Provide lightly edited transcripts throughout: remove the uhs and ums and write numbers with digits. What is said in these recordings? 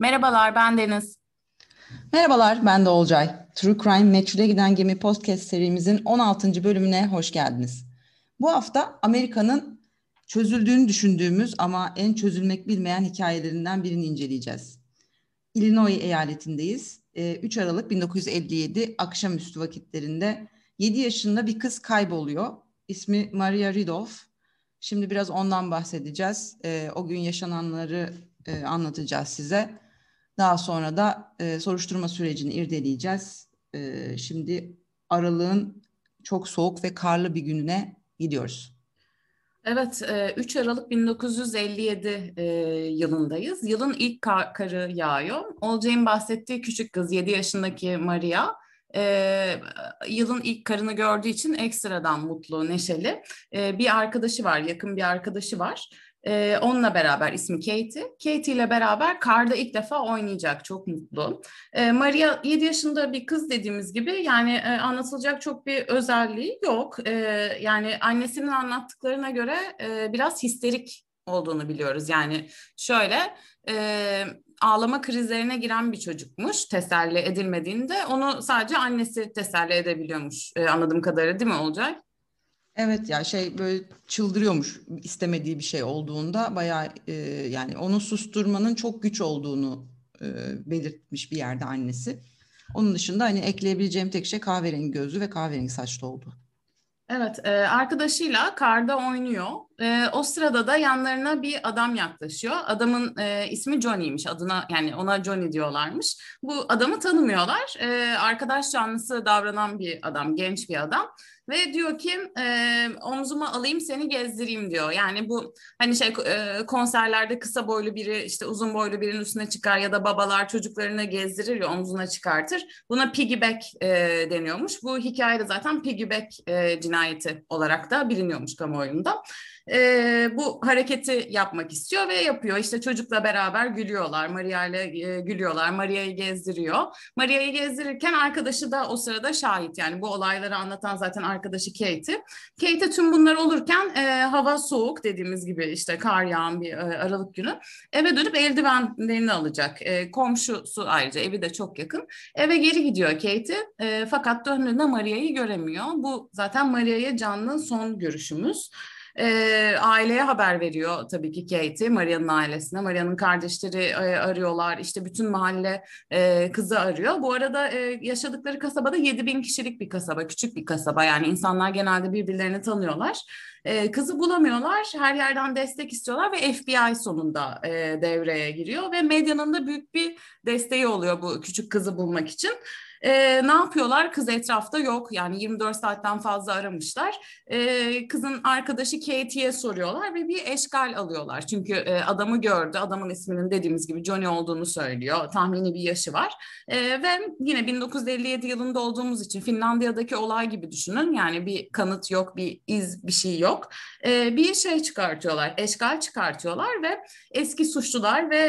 Merhabalar, ben Deniz. Merhabalar, ben de Olcay. True Crime Meçhule Giden Gemi podcast serimizin 16. bölümüne hoş geldiniz. Bu hafta Amerika'nın çözüldüğünü düşündüğümüz ama en çözülmek bilmeyen hikayelerinden birini inceleyeceğiz. Illinois eyaletindeyiz. 3 Aralık 1957 akşamüstü vakitlerinde 7 yaşında bir kız kayboluyor. İsmi Maria Ridolph. Şimdi biraz ondan bahsedeceğiz. O gün yaşananları anlatacağız size. Daha sonra da soruşturma sürecini irdeleyeceğiz. Şimdi Aralık'ın çok soğuk ve karlı bir gününe gidiyoruz. Evet, 3 Aralık 1957 yılındayız. Yılın ilk karı yağıyor. Olcay'ın bahsettiği küçük kız, 7 yaşındaki Maria, yılın ilk karını gördüğü için ekstradan mutlu, neşeli. Bir arkadaşı var, yakın bir arkadaşı var. Onunla beraber ismi Katie. Katie ile beraber karda ilk defa oynayacak, çok mutlu. Maria 7 yaşında bir kız dediğimiz gibi yani anlatılacak çok bir özelliği yok. Yani annesinin anlattıklarına göre biraz histerik olduğunu biliyoruz. Yani şöyle ağlama krizlerine giren bir çocukmuş teselli edilmediğinde onu sadece annesi teselli edebiliyormuş anladığım kadarıyla değil mi Olcay? Evet ya böyle çıldırıyormuş istemediği bir şey olduğunda bayağı yani onu susturmanın çok güç olduğunu belirtmiş bir yerde annesi. Onun dışında hani ekleyebileceğim tek şey kahverengi gözlü ve kahverengi saçlı oldu. Evet, arkadaşıyla karda oynuyor. O sırada da yanlarına bir adam yaklaşıyor. Adamın ismi Johnny'ymiş. Adına yani ona Johnny diyorlarmış. Bu adamı tanımıyorlar. Arkadaş canlısı davranan bir adam, genç bir adam. Ve diyor ki omzuma alayım seni gezdireyim diyor. Yani bu hani konserlerde kısa boylu biri işte uzun boylu birinin üstüne çıkar ya da babalar çocuklarını gezdirir ya omzuna çıkartır. Buna piggyback deniyormuş. Bu hikayede zaten piggyback cinayeti olarak da biliniyormuş kamuoyunda. Bu hareketi yapmak istiyor ve yapıyor. İşte çocukla beraber gülüyorlar. Maria ile gülüyorlar. Maria'yı gezdiriyor. Maria'yı gezdirirken arkadaşı da o sırada şahit. Yani bu olayları anlatan zaten arkadaşı Katie. Katie tüm bunlar olurken hava soğuk dediğimiz gibi işte kar yağan bir Aralık günü. Eve dönüp eldivenlerini alacak. Komşusu ayrıca evi de çok yakın. Eve geri gidiyor Katie. Fakat döndüğünde Maria'yı göremiyor. Bu zaten Maria'ya canlı son görüşümüz. Aileye haber veriyor tabii ki Katie, Maria'nın ailesine. Maria'nın kardeşleri arıyorlar. İşte bütün mahalle kızı arıyor. Bu arada yaşadıkları kasabada 7.000 kişilik bir kasaba, küçük bir kasaba. Yani insanlar genelde birbirlerini tanıyorlar. Kızı bulamıyorlar. Her yerden destek istiyorlar ve FBI sonunda devreye giriyor ve medyanın da büyük bir desteği oluyor bu küçük kızı bulmak için. Ne yapıyorlar? Kız etrafta yok. Yani 24 saatten fazla aramışlar. Kızın arkadaşı Katie'ye soruyorlar ve bir eşkal alıyorlar. Çünkü adamı gördü. Adamın isminin dediğimiz gibi Johnny olduğunu söylüyor. Tahmini bir yaşı var. Ve yine 1957 yılında olduğumuz için Finlandiya'daki olay gibi düşünün. Yani bir kanıt yok, bir iz, bir şey yok. Bir şey çıkartıyorlar, eşkal çıkartıyorlar ve eski suçlular ve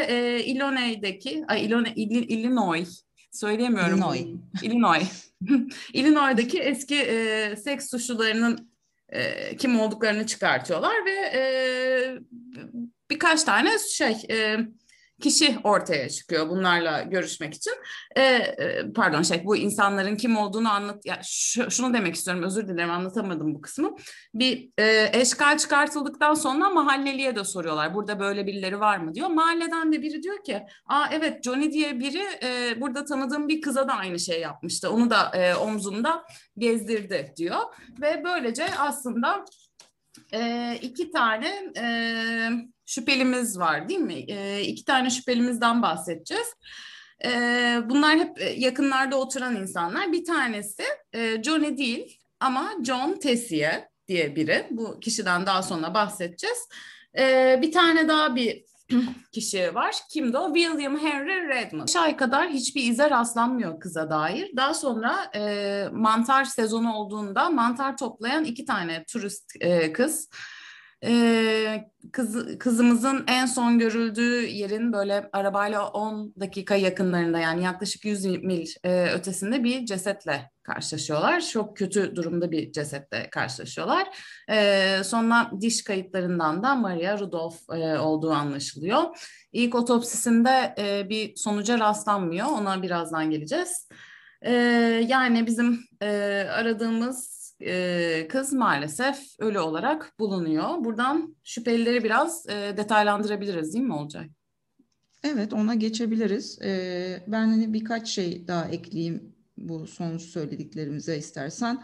Illinois söyleyemiyorum Illinois. bunu. Illinois. Illinois'daki eski seks suçlularının kim olduklarını çıkartıyorlar ve birkaç tane kişi ortaya çıkıyor bunlarla görüşmek için. Pardon bu insanların kim olduğunu şunu demek istiyorum, özür dilerim anlatamadım bu kısmı. Bir eşkal çıkartıldıktan sonra mahalleliye de soruyorlar. Burada böyle birileri var mı diyor. Mahalleden de biri diyor ki, aa evet Johnny diye biri burada tanıdığım bir kıza da aynı şey yapmıştı. Onu da omzunda gezdirdi diyor. Ve böylece aslında iki tane şüphelimiz var değil mi? İki tane şüphelimizden bahsedeceğiz. Bunlar hep yakınlarda oturan insanlar. Bir tanesi Johnny değil ama John Tessier diye biri. Bu kişiden daha sonra bahsedeceğiz. Bir tane daha bir kişi var. Kimdi o? William Henry Redmond. 5 ay kadar hiçbir ize rastlanmıyor kıza dair. Daha sonra mantar sezonu olduğunda mantar toplayan iki tane turist kız Kızımızın en son görüldüğü yerin böyle arabayla 10 dakika yakınlarında, yani yaklaşık 100 mil ötesinde bir cesetle karşılaşıyorlar. Çok kötü durumda bir cesetle karşılaşıyorlar. Sonra diş kayıtlarından da Maria Rudolph olduğu anlaşılıyor. İlk otopsisinde bir sonuca rastlanmıyor. Ona birazdan geleceğiz. Ee, Yani bizim aradığımız kız maalesef ölü olarak bulunuyor. Buradan şüphelileri biraz detaylandırabiliriz, değil mi Olcay? Evet, ona geçebiliriz. Ben hani birkaç şey daha ekleyeyim bu son söylediklerimize istersen.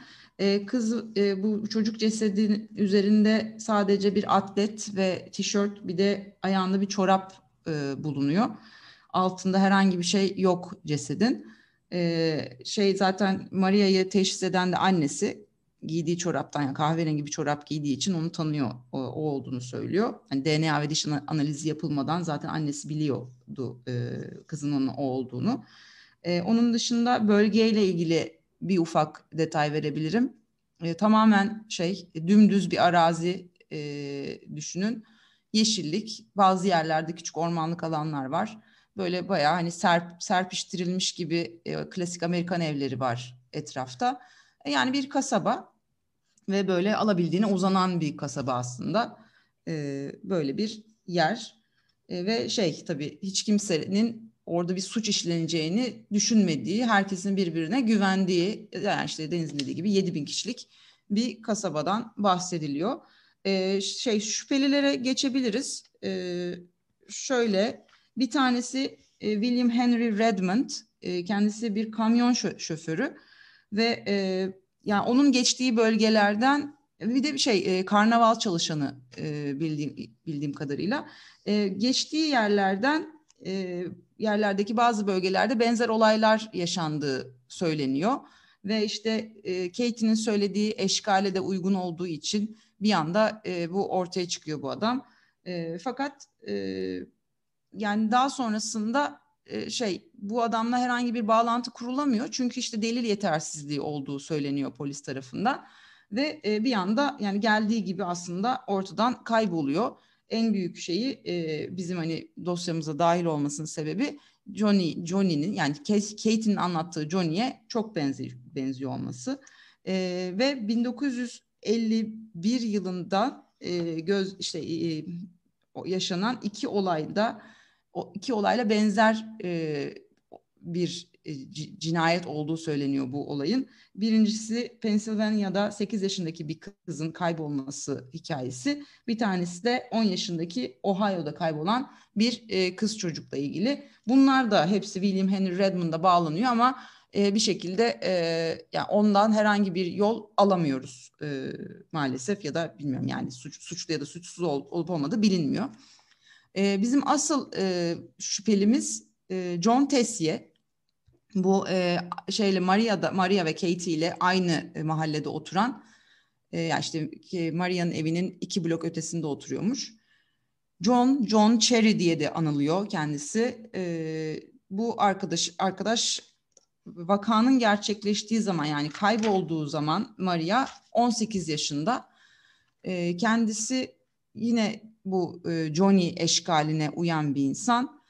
Bu çocuk cesedin üzerinde sadece bir atlet ve tişört, bir de ayağında bir çorap bulunuyor. Altında herhangi bir şey yok cesedin. Zaten Maria'yı teşhis eden de annesi, giydiği çoraptan, yani kahverengi bir çorap giydiği için onu tanıyor, o olduğunu söylüyor. Hani DNA ve diş analizi yapılmadan zaten annesi biliyordu kızının onun o olduğunu. Onun dışında bölgeyle ilgili bir ufak detay verebilirim. Tamamen dümdüz bir arazi düşünün. Yeşillik, bazı yerlerde küçük ormanlık alanlar var. Böyle bayağı hani serpiştirilmiş gibi klasik Amerikan evleri var etrafta. Yani bir kasaba ve böyle alabildiğine uzanan bir kasaba aslında. Böyle bir yer. Ve tabii hiç kimsenin orada bir suç işleneceğini düşünmediği, herkesin birbirine güvendiği, yani işte Deniz'in dediği gibi 7.000 kişilik bir kasabadan bahsediliyor. Şüphelilere geçebiliriz. Şöyle bir tanesi William Henry Redmond, kendisi bir kamyon şoförü ve yani onun geçtiği bölgelerden bir de bir karnaval çalışanı, bildiğim kadarıyla. Geçtiği yerlerdeki bazı bölgelerde benzer olaylar yaşandığı söyleniyor. Ve işte Katie'nin söylediği eşkale de uygun olduğu için bir anda bu ortaya çıkıyor, bu adam. Fakat yani daha sonrasında bu adamla herhangi bir bağlantı kurulamıyor. Çünkü işte delil yetersizliği olduğu söyleniyor polis tarafından. Ve bir anda yani geldiği gibi aslında ortadan kayboluyor. En büyük şeyi, bizim hani dosyamıza dahil olmasının sebebi Johnny'nin, yani Kate'in anlattığı Johnny'ye çok benziyor olması. Ve 1951 yılında yaşanan o iki olayla benzer bir cinayet olduğu söyleniyor bu olayın. Birincisi Pennsylvania'da 8 yaşındaki bir kızın kaybolması hikayesi. Bir tanesi de 10 yaşındaki Ohio'da kaybolan bir kız çocukla ilgili. Bunlar da hepsi William Henry Redmond'a bağlanıyor ama bir şekilde yani ondan herhangi bir yol alamıyoruz maalesef, ya da bilmiyorum, yani suçlu ya da suçsuz olup olmadığı bilinmiyor. Bizim asıl şüphelimiz John Tessier. Bu Maria ve Katie ile aynı mahallede oturan, yani işte Maria'nın evinin 2 blok ötesinde oturuyormuş. John Cherry diye de anılıyor kendisi. Bu arkadaş vakanın gerçekleştiği zaman, yani kaybolduğu zaman Maria 18 yaşında. Kendisi yine bu Johnny eşkaline uyan bir insan.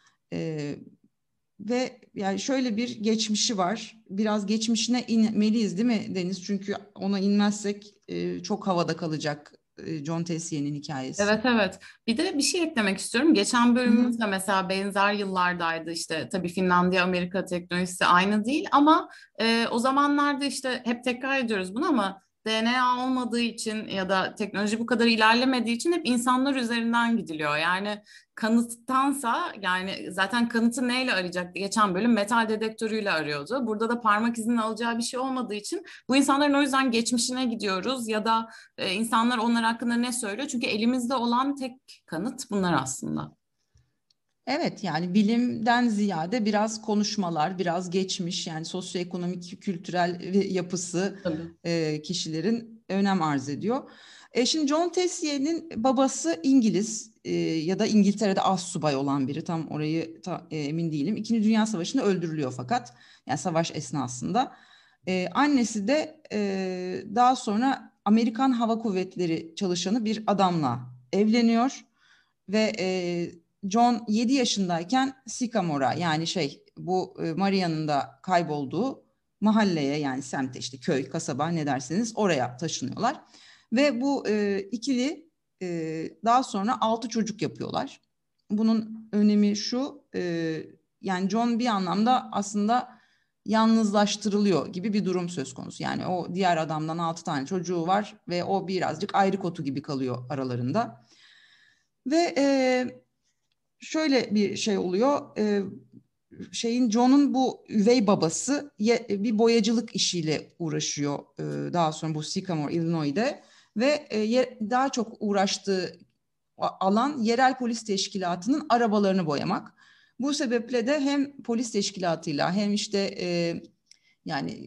Ve yani şöyle bir geçmişi var. Biraz geçmişine inmeliyiz değil mi Deniz? Çünkü ona inmezsek çok havada kalacak John Tessier'in hikayesi. Evet, evet. Bir de bir şey eklemek istiyorum. Geçen Hı hı. bölümümüz de mesela benzer yıllardaydı. İşte tabii Finlandiya Amerika teknolojisi aynı değil ama o zamanlarda işte hep tekrar ediyoruz bunu ama DNA olmadığı için ya da teknoloji bu kadar ilerlemediği için hep insanlar üzerinden gidiliyor. Yani kanıttansa, yani zaten kanıtı neyle arayacaktı? Geçen bölüm metal dedektörüyle arıyordu. Burada da parmak izinin alacağı bir şey olmadığı için bu insanların o yüzden geçmişine gidiyoruz ya da insanlar onlar hakkında ne söylüyor? Çünkü elimizde olan tek kanıt bunlar aslında. Evet, yani bilimden ziyade biraz konuşmalar, biraz geçmiş, yani sosyoekonomik, kültürel yapısı Tabii. kişilerin önem arz ediyor. Şimdi John Tessier'in babası İngiliz, ya da İngiltere'de astsubay olan biri, tam orayı emin değilim. İkinci Dünya Savaşı'nda öldürülüyor fakat, yani savaş esnasında. Annesi de daha sonra Amerikan Hava Kuvvetleri çalışanı bir adamla evleniyor ve John 7 yaşındayken Sycamore'a, yani bu Maria'nın da kaybolduğu mahalleye, yani semte, işte köy, kasaba ne derseniz, oraya taşınıyorlar. Ve bu ikili daha sonra 6 çocuk yapıyorlar. Bunun önemi şu, yani John bir anlamda aslında yalnızlaştırılıyor gibi bir durum söz konusu. Yani o diğer adamdan 6 tane çocuğu var ve o birazcık ayrı kotu gibi kalıyor aralarında. Ve şöyle bir şey oluyor. John'un bu üvey babası bir boyacılık işiyle uğraşıyor. Daha sonra bu Sycamore, Illinois'de ve daha çok uğraştığı alan yerel polis teşkilatının arabalarını boyamak. Bu sebeple de hem polis teşkilatıyla hem işte yani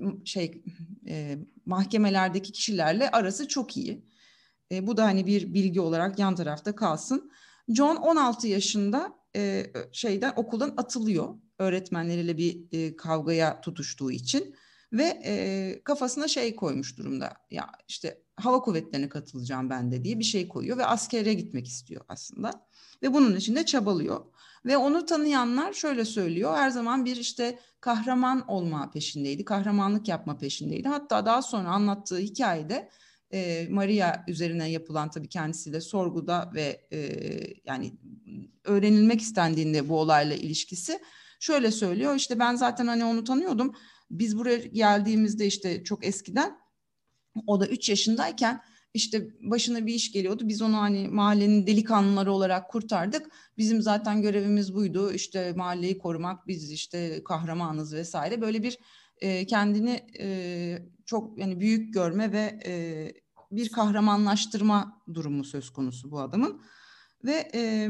mahkemelerdeki kişilerle arası çok iyi. Bu da hani bir bilgi olarak yan tarafta kalsın. John 16 yaşında okuldan atılıyor. Öğretmenleriyle bir kavgaya tutuştuğu için ve kafasına koymuş durumda. Ya işte hava kuvvetlerine katılacağım ben de diye bir şey koyuyor ve askere gitmek istiyor aslında. Ve bunun için de çabalıyor. Ve onu tanıyanlar şöyle söylüyor: her zaman bir işte kahraman olma peşindeydi, kahramanlık yapma peşindeydi. Hatta daha sonra anlattığı hikayede Maria üzerine yapılan, tabii kendisiyle sorguda ve yani öğrenilmek istendiğinde bu olayla ilişkisi, şöyle söylüyor: işte ben zaten hani onu tanıyordum. Biz buraya geldiğimizde işte çok eskiden, o da 3 yaşındayken işte başına bir iş geliyordu. Biz onu hani mahallenin delikanlıları olarak kurtardık. Bizim zaten görevimiz buydu. İşte mahalleyi korumak, biz işte kahramanız vesaire. Böyle bir kendini çok yani büyük görme ve bir kahramanlaştırma durumu söz konusu bu adamın. Ve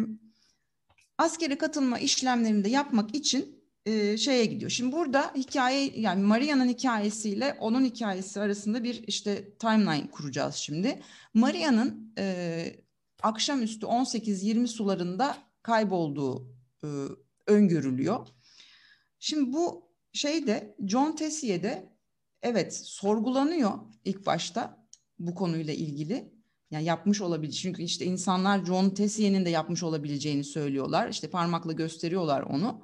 askere katılma işlemlerini de yapmak için gidiyor. Şimdi burada hikaye, yani Maria'nın hikayesiyle onun hikayesi arasında bir işte timeline kuracağız şimdi. Maria'nın akşamüstü 18-20 sularında kaybolduğu öngörülüyor. Şimdi bu John Tessier'de evet sorgulanıyor ilk başta bu konuyla ilgili. Yani yapmış olabilir. Çünkü işte insanlar John Tessier'in de yapmış olabileceğini söylüyorlar. İşte parmakla gösteriyorlar onu.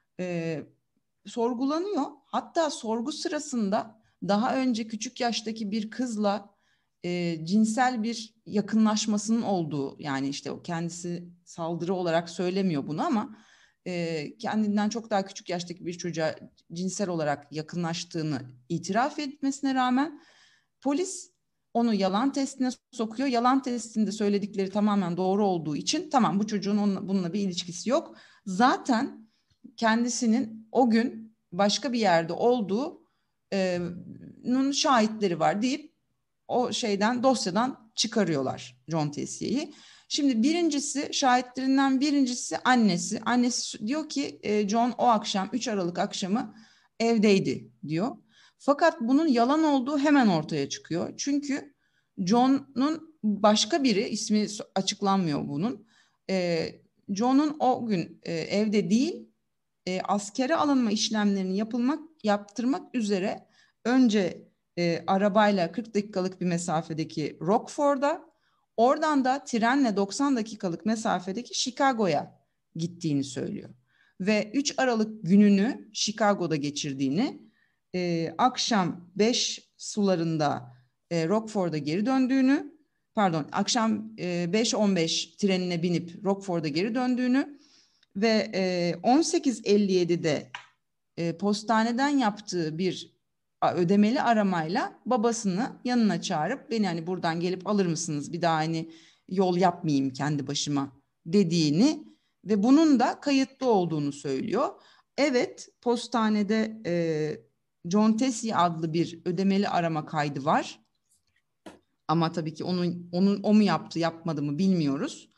Sorgulanıyor. Hatta sorgu sırasında daha önce küçük yaştaki bir kızla cinsel bir yakınlaşmasının olduğu, yani işte o kendisi saldırı olarak söylemiyor bunu ama kendinden çok daha küçük yaştaki bir çocuğa cinsel olarak yakınlaştığını itiraf etmesine rağmen polis onu yalan testine sokuyor. Yalan testinde söyledikleri tamamen doğru olduğu için tamam, bu çocuğun bununla bir ilişkisi yok. Zaten kendisinin o gün başka bir yerde olduğunun şahitleri var deyip o dosyadan çıkarıyorlar John Tessier'i. Şimdi şahitlerinden birincisi annesi. Annesi diyor ki John o akşam 3 Aralık akşamı evdeydi diyor. Fakat bunun yalan olduğu hemen ortaya çıkıyor. Çünkü John'un başka biri, ismi açıklanmıyor bunun. John'un o gün evde değil, askere alınma işlemlerini yaptırmak üzere önce arabayla 40 dakikalık bir mesafedeki Rockford'a, oradan da trenle 90 dakikalık mesafedeki Chicago'ya gittiğini söylüyor. Ve 3 Aralık gününü Chicago'da geçirdiğini, akşam 5 sularında Rockford'a geri döndüğünü, pardon, akşam 5:15 trenine binip Rockford'a geri döndüğünü ve 18:57'de postaneden yaptığı bir ödemeli aramayla babasını yanına çağırıp beni hani buradan gelip alır mısınız, bir daha hani yol yapmayayım kendi başıma dediğini ve bunun da kayıtlı olduğunu söylüyor. Evet, postanede John Tessier adlı bir ödemeli arama kaydı var. Ama tabii ki o mu yaptı, yapmadı mı bilmiyoruz.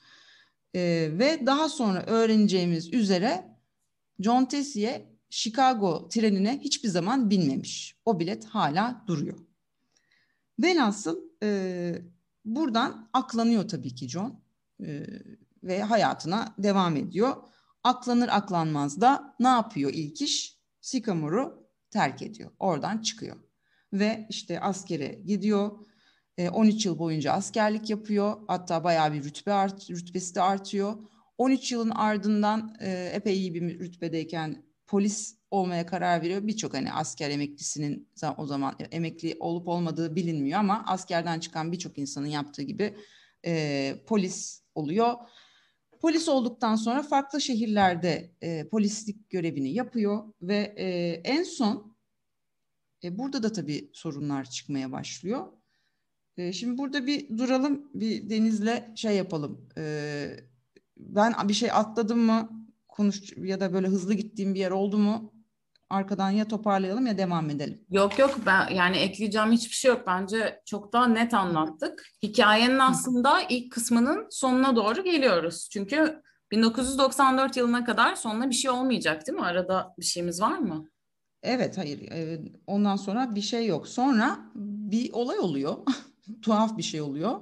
Ve daha sonra öğreneceğimiz üzere John Tessier Chicago trenine hiçbir zaman binmemiş. O bilet hala duruyor. Velhasıl buradan aklanıyor tabii ki John ve hayatına devam ediyor. Aklanır aklanmaz da ne yapıyor ilk iş? Sycamore'u terk ediyor. Oradan çıkıyor. Ve işte askere gidiyor. 13 yıl boyunca askerlik yapıyor. Hatta bayağı bir rütbesi de artıyor. 13 yılın ardından epey iyi bir rütbedeyken polis olmaya karar veriyor. Birçok hani asker emeklisinin o zaman emekli olup olmadığı bilinmiyor ama askerden çıkan birçok insanın yaptığı gibi polis oluyor. Polis olduktan sonra farklı şehirlerde polislik görevini yapıyor ve en son burada da tabii sorunlar çıkmaya başlıyor. Şimdi burada bir duralım, bir Deniz'le şey yapalım. Ben bir şey atladım mı, ya da böyle hızlı gittiğim bir yer oldu mu? Arkadan ya toparlayalım ya devam edelim. Yok yok, ben yani ekleyeceğim hiçbir şey yok. Bence çok daha net anlattık. Hikayenin Hı. aslında ilk kısmının sonuna doğru geliyoruz. Çünkü 1994 yılına kadar sonuna bir şey olmayacak değil mi? Arada bir şeyimiz var mı? Evet, hayır. Ondan sonra bir şey yok. Sonra bir olay oluyor. Tuhaf bir şey oluyor.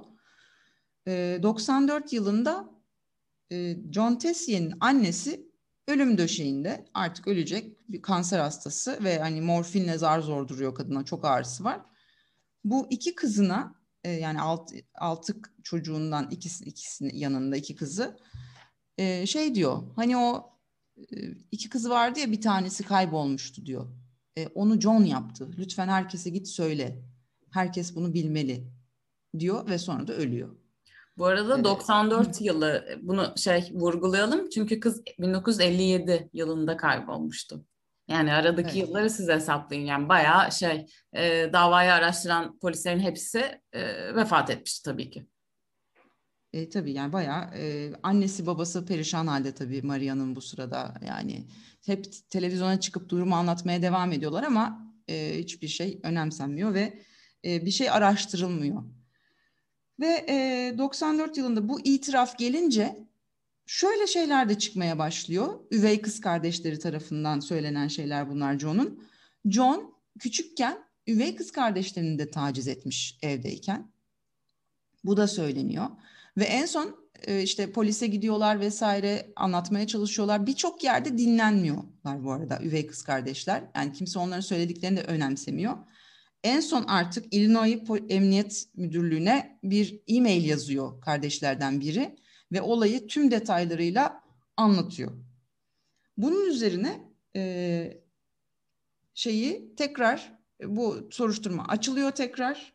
94 yılında John Tessier'in annesi ölüm döşeğinde, artık ölecek, bir kanser hastası ve hani morfinle zar zor duruyor, kadına çok ağrısı var. Bu iki kızına yani altı çocuğundan ikisinin yanında iki kızı şey diyor, hani o iki kızı vardı ya, bir tanesi kaybolmuştu diyor. Onu John yaptı. Lütfen herkese git söyle. Herkes bunu bilmeli diyor ve sonra da ölüyor. Bu arada E, 94 yılı, bunu vurgulayalım çünkü kız 1957 yılında kaybolmuştu. Yani aradaki evet. yılları siz hesaplayın. Yani bayağı davayı araştıran polislerin hepsi vefat etmişti tabii ki. Tabii yani bayağı annesi babası perişan halde tabii Maria'nın bu sırada, yani hep televizyona çıkıp durumu anlatmaya devam ediyorlar ama hiçbir şey önemsenmiyor ve bir şey araştırılmıyor. Ve 94 yılında bu itiraf gelince şöyle şeyler de çıkmaya başlıyor. Üvey kız kardeşleri tarafından söylenen şeyler bunlar John'un. John küçükken üvey kız kardeşlerini de taciz etmiş evdeyken. Bu da söyleniyor. Ve en son işte polise gidiyorlar vesaire, anlatmaya çalışıyorlar. Birçok yerde dinlenmiyorlar bu arada üvey kız kardeşler. Yani kimse onların söylediklerini de önemsemiyor. En son artık Illinois Emniyet Müdürlüğü'ne bir e-mail yazıyor kardeşlerden biri ve olayı tüm detaylarıyla anlatıyor. Bunun üzerine şeyi tekrar bu soruşturma açılıyor tekrar.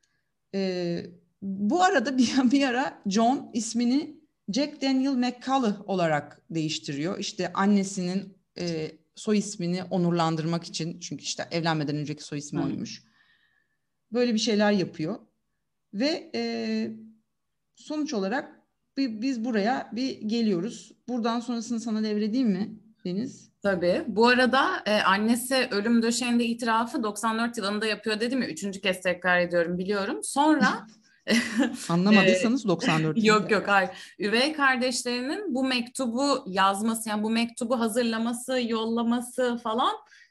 E, Bu arada bir ara John ismini Jack Daniel McCullough olarak değiştiriyor. İşte annesinin soy ismini onurlandırmak için, çünkü işte evlenmeden önceki soy ismi Hı. oymuş. Böyle bir şeyler yapıyor ve sonuç olarak biz buraya bir geliyoruz. Buradan sonrasını sana devredeyim mi Deniz? Tabii. Bu arada annesi ölüm döşeğinde itirafı 94 yılında yapıyor dedim ya. Üçüncü kez tekrar ediyorum, biliyorum. Sonra e, Anlamadıysanız 94 yok yılında. yok, hayır. Üvey kardeşlerinin bu mektubu yazması, yani bu mektubu hazırlaması, yollaması falan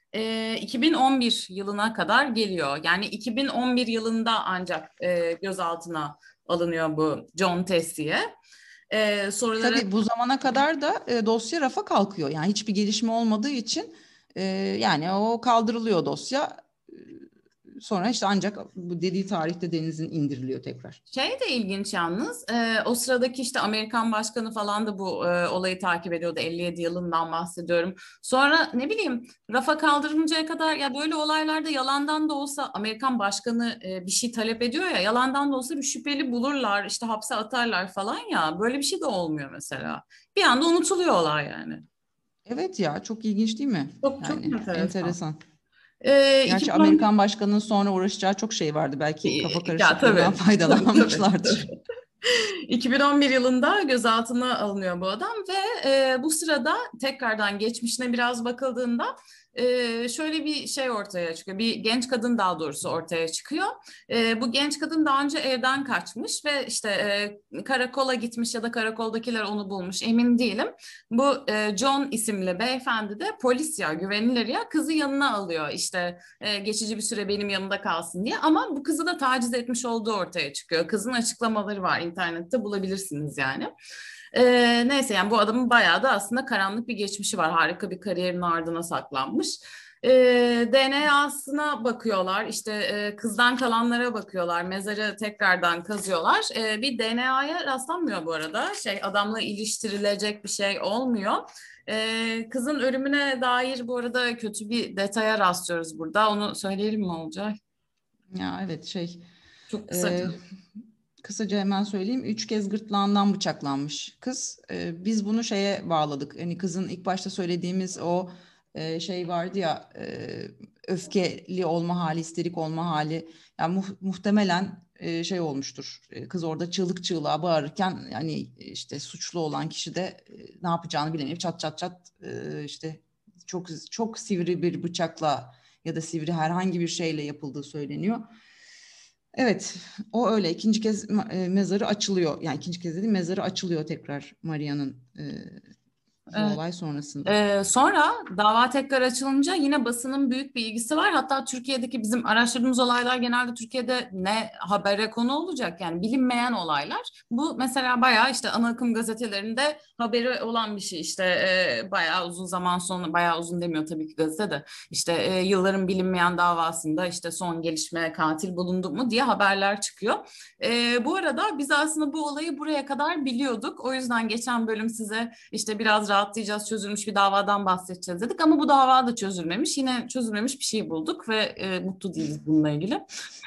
2011 yılına kadar geliyor. Yani 2011 yılında ancak gözaltına alınıyor bu John Tessier. Soruları Tabii bu zamana kadar da dosya rafa kalkıyor. Yani hiçbir gelişme olmadığı için yani o kaldırılıyor dosya. Sonra işte ancak bu dediği tarihte Deniz'in indiriliyor tekrar. Şey de ilginç yalnız, o sıradaki işte Amerikan başkanı falan da bu olayı takip ediyordu, 57 yılından bahsediyorum. Sonra ne bileyim, rafa kaldırılıncaya kadar ya böyle olaylarda yalandan da olsa Amerikan başkanı bir şey talep ediyor ya, yalandan da olsa bir şüpheli bulurlar, işte hapse atarlar falan, ya böyle bir şey de olmuyor mesela. Bir anda unutuluyor olay yani. Evet ya, çok ilginç değil mi? Çok çok Yani enteresan. enteresan. Gerçi 2011 Amerikan başkanının sonra uğraşacağı çok şey vardı. Belki kafa ya karışıklığından tabii tabii tabii. faydalanmışlardır. 2011 yılında gözaltına alınıyor bu adam ve bu sırada tekrardan geçmişine biraz bakıldığında şöyle bir şey ortaya çıkıyor. Bir genç kadın daha doğrusu ortaya çıkıyor. Bu genç kadın daha önce evden kaçmış ve işte karakola gitmiş ya da karakoldakiler onu bulmuş, emin değilim. Bu John isimli beyefendi de polis ya, güvenilir ya, kızı yanına alıyor işte geçici bir süre benim yanımda kalsın diye, ama bu kızı da taciz etmiş olduğu ortaya çıkıyor. Kızın açıklamaları var, internette bulabilirsiniz yani. Neyse, yani bu adamın bayağı da aslında karanlık bir geçmişi var. Harika bir kariyerin ardına saklanmış. DNA'sına bakıyorlar, işte kızdan kalanlara bakıyorlar, mezarı tekrardan kazıyorlar. Bir DNA'ya rastlanmıyor bu arada, adamla iliştirilecek bir şey olmuyor. Kızın ölümüne dair bu arada kötü bir detaya rastlıyoruz burada. Onu söyleyelim mi Olcay? Ya evet Çok kısaca. e, kısaca hemen söyleyeyim. 3 kez gırtlağından bıçaklanmış kız. Biz bunu şeye bağladık. Hani kızın ilk başta söylediğimiz o şey vardı ya, öfkeli olma hali, histerik olma hali. Yani muhtemelen şey olmuştur. Kız orada çığlık çığlığa bağırırken yani işte suçlu olan kişi de ne yapacağını bilemeyip çat çat çat işte çok çok sivri bir bıçakla ya da sivri herhangi bir şeyle yapıldığı söyleniyor. Evet, o öyle. İkinci kez mezarı açılıyor. Yani ikinci kez dediğim, mezarı açılıyor tekrar Maria'nın bu Evet. olay sonrasında. Sonra dava tekrar açılınca yine basının büyük bir ilgisi var. Hatta Türkiye'deki bizim araştırdığımız olaylar genelde Türkiye'de ne habere konu olacak, yani bilinmeyen olaylar. Bu mesela bayağı işte ana akım gazetelerinde haberi olan bir şey. İşte bayağı uzun zaman sonra, bayağı uzun demiyor tabii ki gazete de, işte yılların bilinmeyen davasında işte son gelişme, katil bulundu mu diye haberler çıkıyor. Bu arada biz aslında bu olayı buraya kadar biliyorduk. O yüzden geçen bölüm size işte biraz rahatlayacağız, çözülmüş bir davadan bahsedeceğiz dedik. Ama bu dava da çözülmemiş. Yine çözülmemiş bir şey bulduk ve mutlu değiliz bununla ilgili.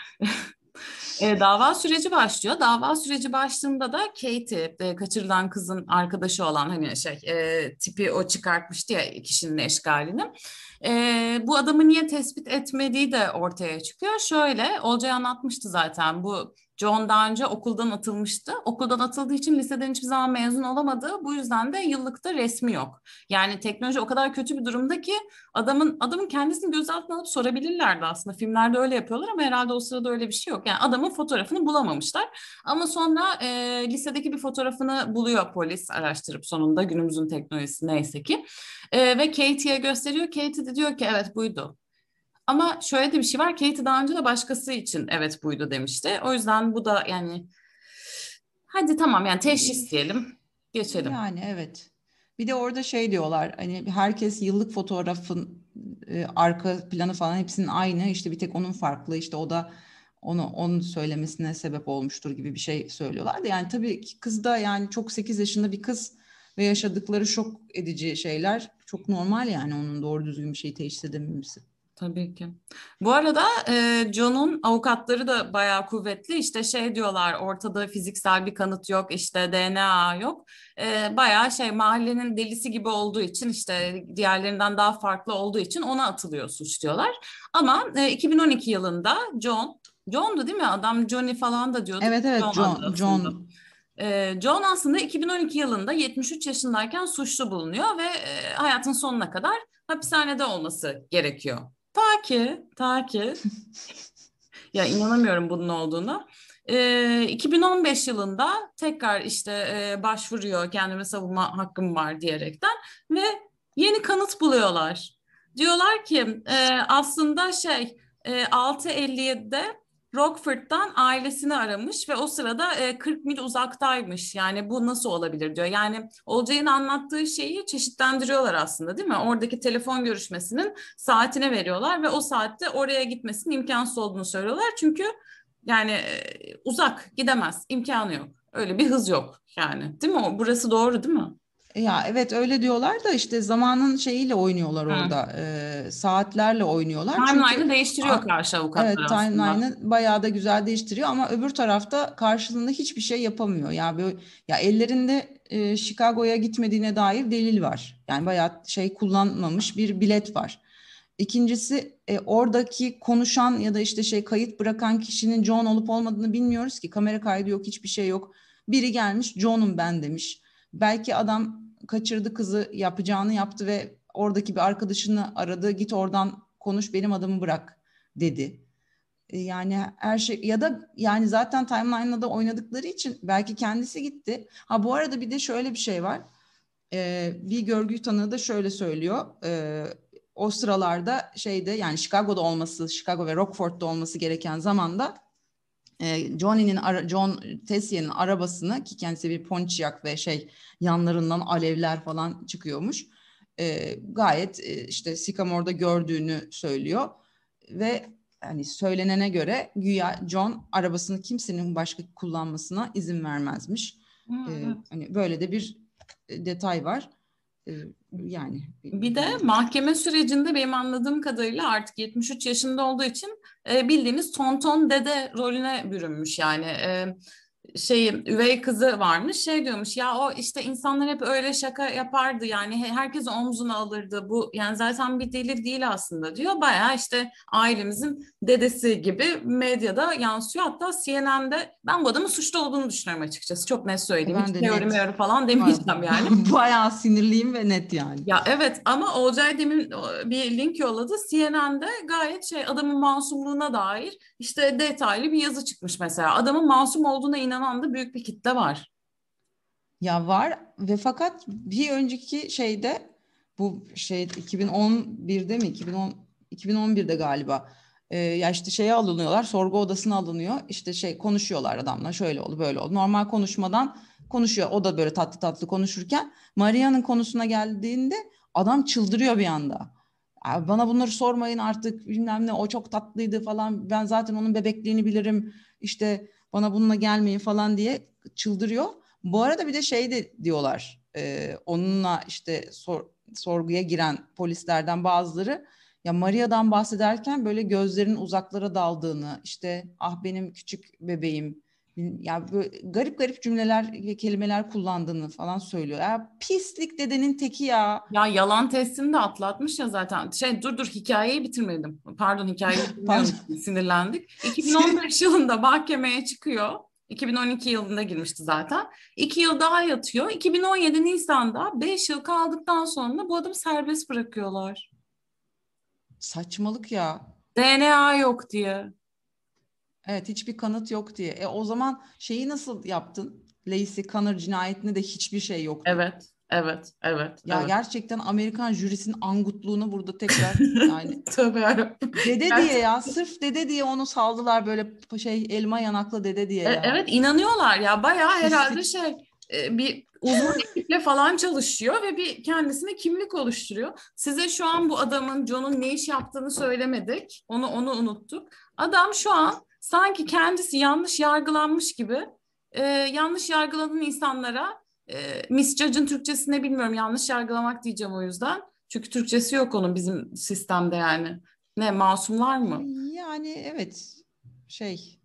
Dava süreci başlıyor. Dava süreci başladığında da Katie, kaçırılan kızın arkadaşı olan, hani tipi o çıkartmıştı ya kişinin eşgalini. Bu adamı niye tespit etmediği de ortaya çıkıyor. Şöyle, Olcay anlatmıştı zaten, bu John daha önce okuldan atılmıştı. Okuldan atıldığı için liseden hiçbir zaman mezun olamadı. Bu yüzden de yıllıkta resmi yok. Yani teknoloji o kadar kötü bir durumda ki adamın kendisini gözaltına alıp sorabilirlerdi aslında. Filmlerde öyle yapıyorlar ama herhalde o sırada öyle bir şey yok. Yani adamın fotoğrafını bulamamışlar. Ama sonra lisedeki bir fotoğrafını buluyor polis araştırıp, sonunda günümüzün teknolojisi neyse ki. Ve Katie'ye gösteriyor. Katie de diyor ki evet buydu. Ama şöyle de bir şey var. Katie daha önce de başkası için evet buydu demişti. O yüzden bu da yani, hadi tamam yani teşhis diyelim. Geçelim. Yani evet. Bir de orada şey diyorlar, hani herkes yıllık fotoğrafın arka planı falan hepsinin aynı, işte bir tek onun farklı, işte o da onun söylemesine sebep olmuştur gibi bir şey söylüyorlar da, yani tabii ki kız da, yani çok 8 yaşında bir kız ve yaşadıkları şok edici şeyler çok normal, yani onun doğru düzgün bir şeyi teşhis edememesi. Tabii ki. Bu arada John'un avukatları da bayağı kuvvetli. İşte diyorlar, ortada fiziksel bir kanıt yok, işte DNA yok. Bayağı mahallenin delisi gibi olduğu için, işte diğerlerinden daha farklı olduğu için ona atılıyor suç diyorlar. Ama 2012 yılında John'du değil mi? Adam Johnny falan da diyorduk. Evet evet, John adı aslında. John. John aslında 2012 yılında 73 yaşındayken suçlu bulunuyor ve hayatın sonuna kadar hapishanede olması gerekiyor. Ta ki ya inanamıyorum bunun olduğuna. 2015 yılında tekrar işte başvuruyor, kendime savunma hakkım var diyerekten ve yeni kanıt buluyorlar. Diyorlar ki aslında 6.57'de Rockford'dan ailesini aramış ve o sırada 40 mil uzaktaymış. Yani bu nasıl olabilir diyor. Yani Olcay'ın anlattığı şeyi çeşitlendiriyorlar aslında, değil mi? Oradaki telefon görüşmesinin saatine veriyorlar ve o saatte oraya gitmesinin imkansız olduğunu söylüyorlar. Çünkü yani uzak, gidemez, imkanı yok. Öyle bir hız yok yani. Değil mi? Burası doğru değil mi? Ya evet, öyle diyorlar da işte zamanın şeyiyle oynuyorlar Hı. orada. Saatlerle oynuyorlar. Çünkü Timeline'ı değiştiriyor karşı avukatlar evet, aslında. timeline'ı bayağı da güzel değiştiriyor ama öbür tarafta karşılığında hiçbir şey yapamıyor. Ya böyle, ya ellerinde Chicago'ya gitmediğine dair delil var. Yani bayağı şey kullanmamış bir bilet var. İkincisi, oradaki konuşan ya da işte kayıt bırakan kişinin John olup olmadığını bilmiyoruz ki. Kamera kaydı yok, hiçbir şey yok. Biri gelmiş, John'um ben demiş. Belki adam kaçırdı kızı, yapacağını yaptı ve oradaki bir arkadaşını aradı. Git oradan konuş, benim adımı bırak dedi. Yani her şey, ya da yani zaten timeline'la da oynadıkları için belki kendisi gitti. Ha, bu arada bir de şöyle bir şey var. Bir görgü tanığı da şöyle söylüyor. O sıralarda yani Chicago'da olması, Chicago ve Rockford'da olması gereken zamanda John Tessier'in arabasını, ki kendisi bir Pontiac ve yanlarından alevler falan çıkıyormuş. Gayet işte Sycamore'da gördüğünü söylüyor ve hani söylenene göre güya John arabasını kimsenin başka kullanmasına izin vermezmiş. Evet. Hani böyle de bir detay var. Yani Bir de mahkeme sürecinde benim anladığım kadarıyla artık 73 yaşında olduğu için bildiğimiz tonton dede rolüne bürünmüş yani. Üvey kızı varmış diyormuş ya, o işte insanlar hep öyle şaka yapardı yani, herkes omzuna alırdı, bu yani zaten bir deli değil aslında diyor, bayağı işte ailemizin dedesi gibi medyada yansıyor. Hatta CNN'de ben bu adamın suçlu olduğunu düşünüyorum açıkçası, çok net söyleyeyim, ben hiç de teori net. meori falan demeyeceğim yani. Bayağı sinirliyim ve net yani. Ya evet, ama Olcay demin bir link yolladı. CNN'de gayet adamın masumluğuna dair işte detaylı bir yazı çıkmış mesela. Adamın masum olduğuna inanan da büyük bir kitle var. Ya var ve fakat bir önceki şeyde bu 2011'de mi 2011'de galiba ya işte şeye alınıyorlar, sorgu odasına alınıyor, işte konuşuyorlar adamla, şöyle oldu böyle oldu, normal konuşmadan konuşuyor, o da böyle tatlı tatlı konuşurken Maria'nın konusuna geldiğinde adam çıldırıyor bir anda. "Abi bana bunları sormayın artık, bilmem ne, o çok tatlıydı falan, ben zaten onun bebekliğini bilirim, işte bana bununla gelmeyin" falan diye çıldırıyor. Bu arada bir de de diyorlar, onunla işte sorguya giren polislerden bazıları ya Maria'dan bahsederken böyle gözlerinin uzaklara daldığını, işte ah benim küçük bebeğim, ya böyle garip garip cümleler ve kelimeler kullandığını falan söylüyor. Ya pislik dedenin teki ya. Ya yalan testini de atlatmış ya zaten. Dur hikayeyi bitirmedim. Pardon, hikayeyi bitirmeyi Pardon. unuttum. Sinirlendik. 2015 yılında mahkemeye çıkıyor. 2012 yılında girmişti zaten. 2 yıl daha yatıyor. 2017 Nisan'da 5 yıl kaldıktan sonra bu adamı serbest bırakıyorlar. Saçmalık ya. DNA yok diye. Evet, hiçbir kanıt yok diye. O zaman şeyi nasıl yaptın? Lacey Connor cinayetinde de hiçbir şey yoktu. Evet, evet, evet, Ya evet. gerçekten Amerikan jürisinin angutluğunu burada tekrar, yani Tövbe yarabbim. dede diye, ya sırf dede diye onu saldılar, böyle elma yanaklı dede diye ya. Evet, inanıyorlar ya, bayağı herhalde Pislik. bir uzman ekiple falan çalışıyor ve bir kendisine kimlik oluşturuyor. Size şu an bu adamın, John'un ne iş yaptığını söylemedik. Onu unuttuk. Adam şu an sanki kendisi yanlış yargılanmış gibi yanlış yargılanan insanlara misjudge'ın Türkçesini bilmiyorum, yanlış yargılamak diyeceğim o yüzden. Çünkü Türkçesi yok onun bizim sistemde yani. Ne, masumlar mı? Yani evet, şey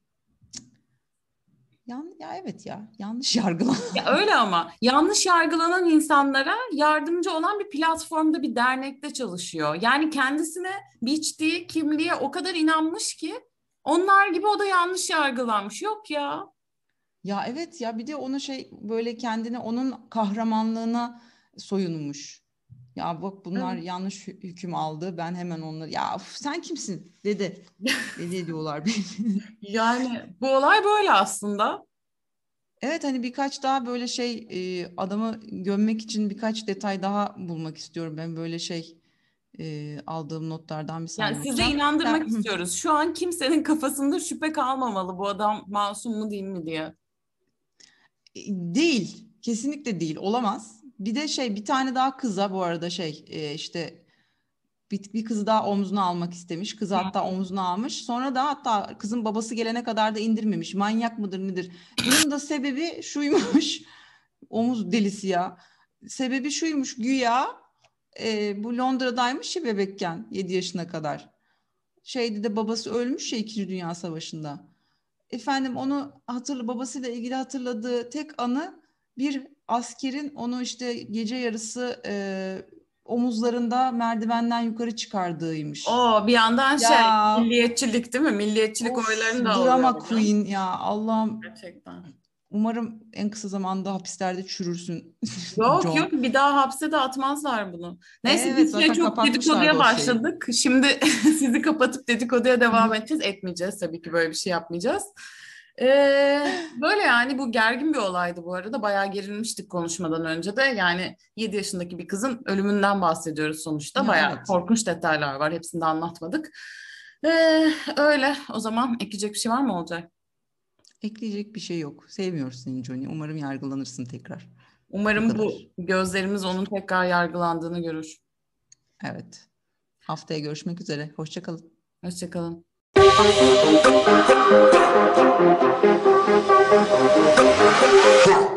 ya evet, ya yanlış yargılan. Ya öyle, ama yanlış yargılanan insanlara yardımcı olan bir platformda, bir dernekte çalışıyor. Yani kendisine biçtiği kimliğe o kadar inanmış ki onlar gibi o da yanlış yargılanmış. Yok ya. Ya evet ya, bir de onu böyle kendini onun kahramanlığına soyunmuş. Ya bak bunlar Evet. yanlış hüküm aldı, ben hemen onları, ya sen kimsin dede, dede diyorlar beni. Yani bu olay böyle aslında. Evet, hani birkaç daha böyle adamı gömmek için birkaç detay daha bulmak istiyorum ben, böyle aldığım notlardan bir Yani saniye size bakacağım. Ya, inandırmak istiyoruz. Şu an kimsenin kafasında şüphe kalmamalı, bu adam masum mu değil mi diye. değil, kesinlikle değil, olamaz. Bir de bir tane daha kıza bu arada işte bir kızı daha omzuna almak istemiş. Kızı hatta omzuna almış. Sonra da hatta kızın babası gelene kadar da indirmemiş. Manyak mıdır nedir? Bunun da sebebi şuymuş. Omuz delisi ya. Sebebi şuymuş güya. Bu Londra'daymış ya bebekken, 7 yaşına kadar. De babası ölmüş ya 2. Dünya Savaşı'nda. Efendim onu babasıyla ilgili hatırladığı tek anı, bir askerin onu işte gece yarısı omuzlarında merdivenden yukarı çıkardığıymış. O bir yandan Ya milliyetçilik değil mi? Milliyetçilik of, oylarını da alıyor drama oradan. queen ya, Allah'ım, Gerçekten. umarım en kısa zamanda hapislerde çürürsün Yok John. yok, bir daha hapse de atmazlar bunu. Neyse, Evet, biz zaten çok kapatmışlar dedikoduya dosyayı. başladık. Şimdi sizi kapatıp dedikoduya devam edeceğiz. Etmeyeceğiz tabii ki, böyle bir şey yapmayacağız. Böyle yani, bu gergin bir olaydı bu arada. Bayağı gerilmiştik konuşmadan önce de. Yani 7 yaşındaki bir kızın ölümünden bahsediyoruz sonuçta. Ya Bayağı evet, korkunç detaylar var. Hepsini de anlatmadık. Öyle. O zaman ekleyecek bir şey var mı, olacak? ekleyecek bir şey yok. Sevmiyoruz seni Johnny. Umarım yargılanırsın tekrar. Bu Umarım bu kadar. gözlerimiz onun tekrar yargılandığını görür. Evet. Haftaya görüşmek üzere. Hoşça kalın. Hoşça kalın. Huh.